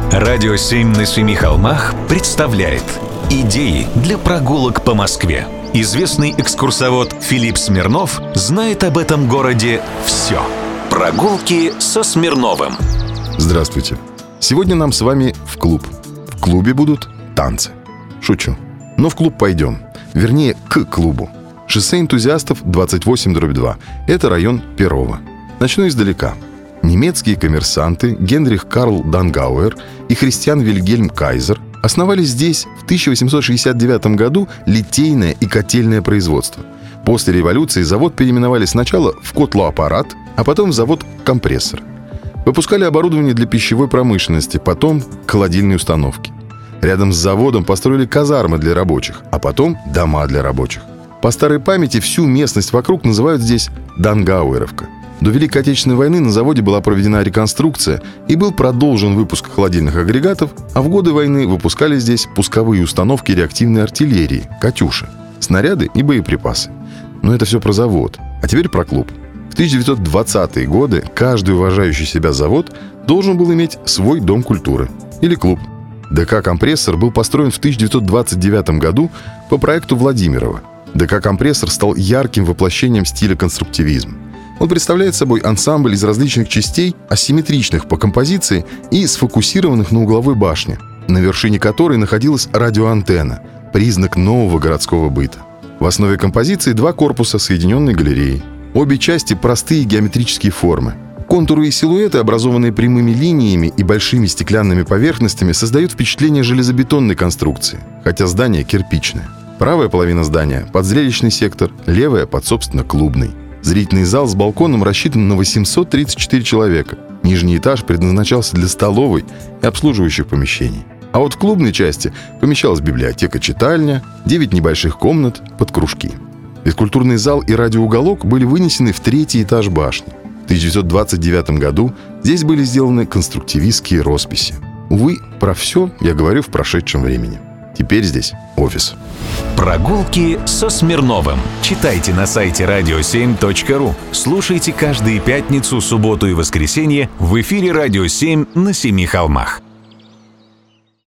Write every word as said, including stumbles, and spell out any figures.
Радио семь на семи холмах представляет идеи для прогулок по Москве. Известный экскурсовод Филипп Смирнов знает об этом городе все. Прогулки со Смирновым. Здравствуйте. Сегодня нам с вами в клуб. В клубе будут танцы. Шучу. Но в клуб пойдем. Вернее, к клубу. Шоссе энтузиастов двадцать восемь дробь два. Это район Перова. Начну издалека. Немецкие коммерсанты Генрих Карл Дангауэр и Христиан Вильгельм Кайзер основали здесь в тысяча восемьсот шестьдесят девятом году литейное и котельное производство. После революции завод переименовали сначала в котлоаппарат, а потом в завод «Компрессор». Выпускали оборудование для пищевой промышленности, потом холодильные установки. Рядом с заводом построили казармы для рабочих, а потом дома для рабочих. По старой памяти всю местность вокруг называют здесь Дангауэровка. До Великой Отечественной войны на заводе была проведена реконструкция и был продолжен выпуск холодильных агрегатов, а в годы войны выпускали здесь пусковые установки реактивной артиллерии «Катюши», снаряды и боеприпасы. Но это все про завод. А теперь про клуб. В тысяча девятьсот двадцатые годы каждый уважающий себя завод должен был иметь свой дом культуры или клуб. ДК «Компрессор» был построен в тысяча девятьсот двадцать девятом году по проекту Владимирова. ДК «Компрессор» стал ярким воплощением стиля конструктивизм. Он представляет собой ансамбль из различных частей, асимметричных по композиции и сфокусированных на угловой башне, на вершине которой находилась радиоантенна, признак нового городского быта. В основе композиции два корпуса, соединенные галереей. Обе части – простые геометрические формы. Контуры и силуэты, образованные прямыми линиями и большими стеклянными поверхностями, создают впечатление железобетонной конструкции, хотя здание кирпичное. Правая половина здания – под зрелищный сектор, левая – под, собственно, клубный. Зрительный зал с балконом рассчитан на восемьсот тридцать четыре человека. Нижний этаж предназначался для столовой и обслуживающих помещений. А вот в клубной части помещалась библиотека-читальня, девять небольших комнат под кружки. Физкультурный зал и радиоуголок были вынесены в третий этаж башни. В тысяча девятьсот двадцать девятом году здесь были сделаны конструктивистские росписи. Увы, про все я говорю в прошедшем времени. Теперь здесь офис. Прогулки со Смирновым. Читайте на сайте радио семь точка ру. Слушайте каждые пятницу, субботу и воскресенье в эфире «Радио семь» на Семи холмах.